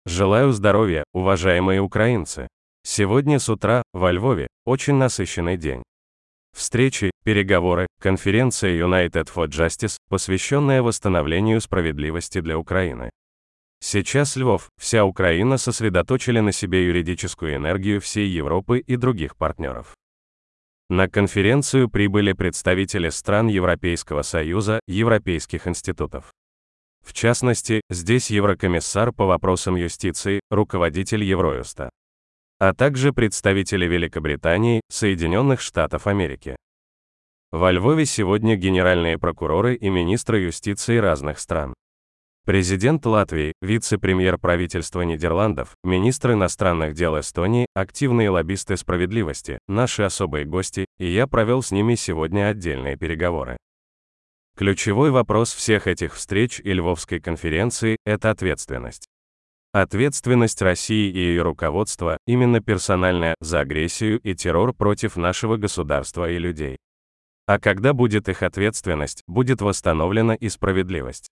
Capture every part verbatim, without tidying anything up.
Желаю здоровья, уважаемые украинцы. Сегодня с утра, во Львове, очень насыщенный день. Встречи, переговоры, конференция United for Justice, посвященная восстановлению справедливости для Украины. Сейчас Львов, вся Украина сосредоточили на себе юридическую энергию всей Европы и других партнеров. На конференцию прибыли представители стран Европейского Союза, европейских институтов. В частности, здесь еврокомиссар по вопросам юстиции, руководитель Евроюста, а также представители Великобритании, Соединенных Штатов Америки. Во Львове сегодня генеральные прокуроры и министры юстиции разных стран. Президент Латвии, вице-премьер правительства Нидерландов, министр иностранных дел Эстонии, активные лоббисты справедливости, наши особые гости, и я провел с ними сегодня отдельные переговоры. Ключевой вопрос всех этих встреч и Львовской конференции – это ответственность. Ответственность России и ее руководства, именно персональная, за агрессию и террор против нашего государства и людей. А когда будет их ответственность, будет восстановлена и справедливость.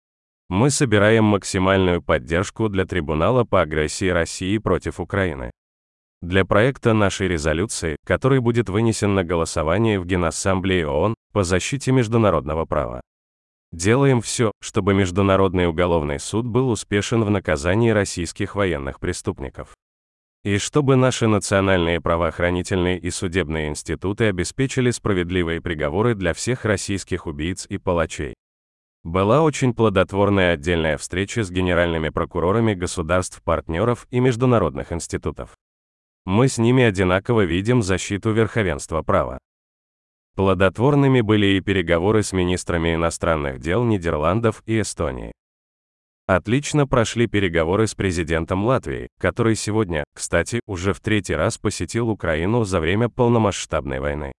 Мы собираем максимальную поддержку для трибунала по агрессии России против Украины. Для проекта нашей резолюции, который будет вынесен на голосование в Генассамблее ООН по защите международного права. Делаем все, чтобы Международный уголовный суд был успешен в наказании российских военных преступников. И чтобы наши национальные правоохранительные и судебные институты обеспечили справедливые приговоры для всех российских убийц и палачей. Была очень плодотворная отдельная встреча с генеральными прокурорами государств-партнеров и международных институтов. Мы с ними одинаково видим защиту верховенства права. Плодотворными были и переговоры с министрами иностранных дел Нидерландов и Эстонии. Отлично прошли переговоры с президентом Латвии, который сегодня, кстати, уже в третий раз посетил Украину за время полномасштабной войны.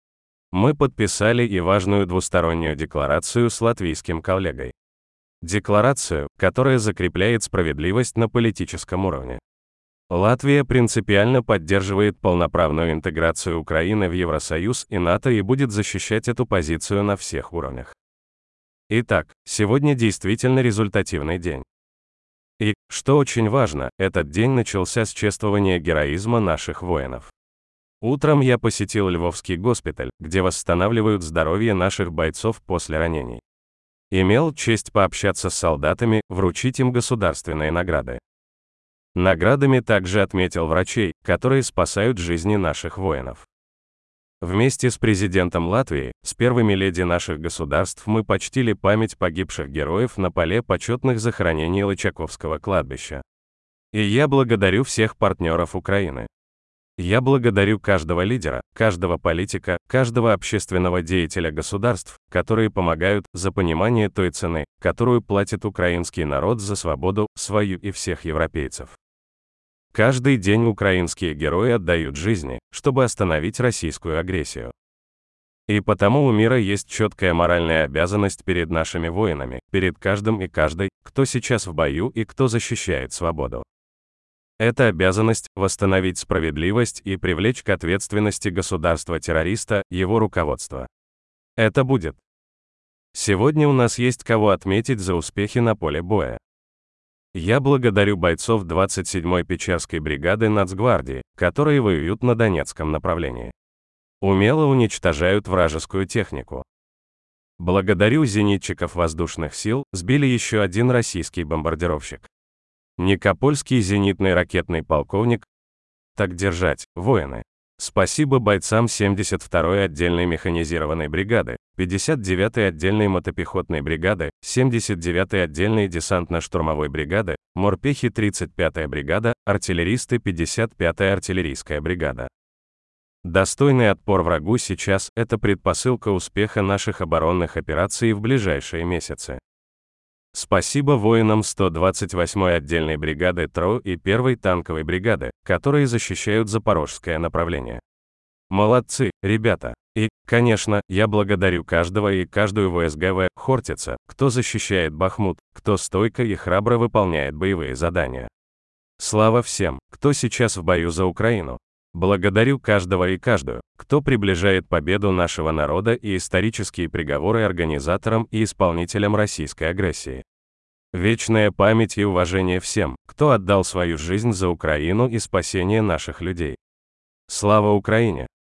Мы подписали и важную двустороннюю декларацию с латвийским коллегой. Декларацию, которая закрепляет справедливость на политическом уровне. Латвия принципиально поддерживает полноправную интеграцию Украины в Евросоюз и НАТО и будет защищать эту позицию на всех уровнях. Итак, сегодня действительно результативный день. И, что очень важно, этот день начался с чествования героизма наших воинов. Утром я посетил Львовский госпиталь, где восстанавливают здоровье наших бойцов после ранений. Имел честь пообщаться с солдатами, вручить им государственные награды. Наградами также отметил врачей, которые спасают жизни наших воинов. Вместе с президентом Латвии, с первыми леди наших государств мы почтили память погибших героев на поле почетных захоронений Лычаковского кладбища. И я благодарю всех партнеров Украины. Я благодарю каждого лидера, каждого политика, каждого общественного деятеля государств, которые помогают, за понимание той цены, которую платит украинский народ за свободу, свою и всех европейцев. Каждый день украинские герои отдают жизни, чтобы остановить российскую агрессию. И потому у мира есть четкая моральная обязанность перед нашими воинами, перед каждым и каждой, кто сейчас в бою и кто защищает свободу. Это обязанность – восстановить справедливость и привлечь к ответственности государства-террориста, его руководство. Это будет. Сегодня у нас есть кого отметить за успехи на поле боя. Я благодарю бойцов двадцать седьмой Печерской бригады Нацгвардии, которые воюют на Донецком направлении. Умело уничтожают вражескую технику. Благодарю зенитчиков воздушных сил, сбили еще один российский бомбардировщик. Никопольский зенитный ракетный полковник. Так держать, воины. Спасибо бойцам семьдесят второй отдельной механизированной бригады, пятьдесят девятой отдельной мотопехотной бригады, семьдесят девятой отдельной десантно-штурмовой бригады, морпехи тридцать пятая бригада, артиллеристы пятьдесят пятая артиллерийская бригада. Достойный отпор врагу сейчас – это предпосылка успеха наших оборонных операций в ближайшие месяцы. Спасибо воинам сто двадцать восьмой отдельной бригады ТРО и первой танковой бригады, которые защищают Запорожское направление. Молодцы, ребята! И, конечно, я благодарю каждого и каждую ВСГВ Хортица, кто защищает Бахмут, кто стойко и храбро выполняет боевые задания. Слава всем, кто сейчас в бою за Украину. Благодарю каждого и каждую, кто приближает победу нашего народа и исторические приговоры организаторам и исполнителям российской агрессии. Вечная память и уважение всем, кто отдал свою жизнь за Украину и спасение наших людей. Слава Украине!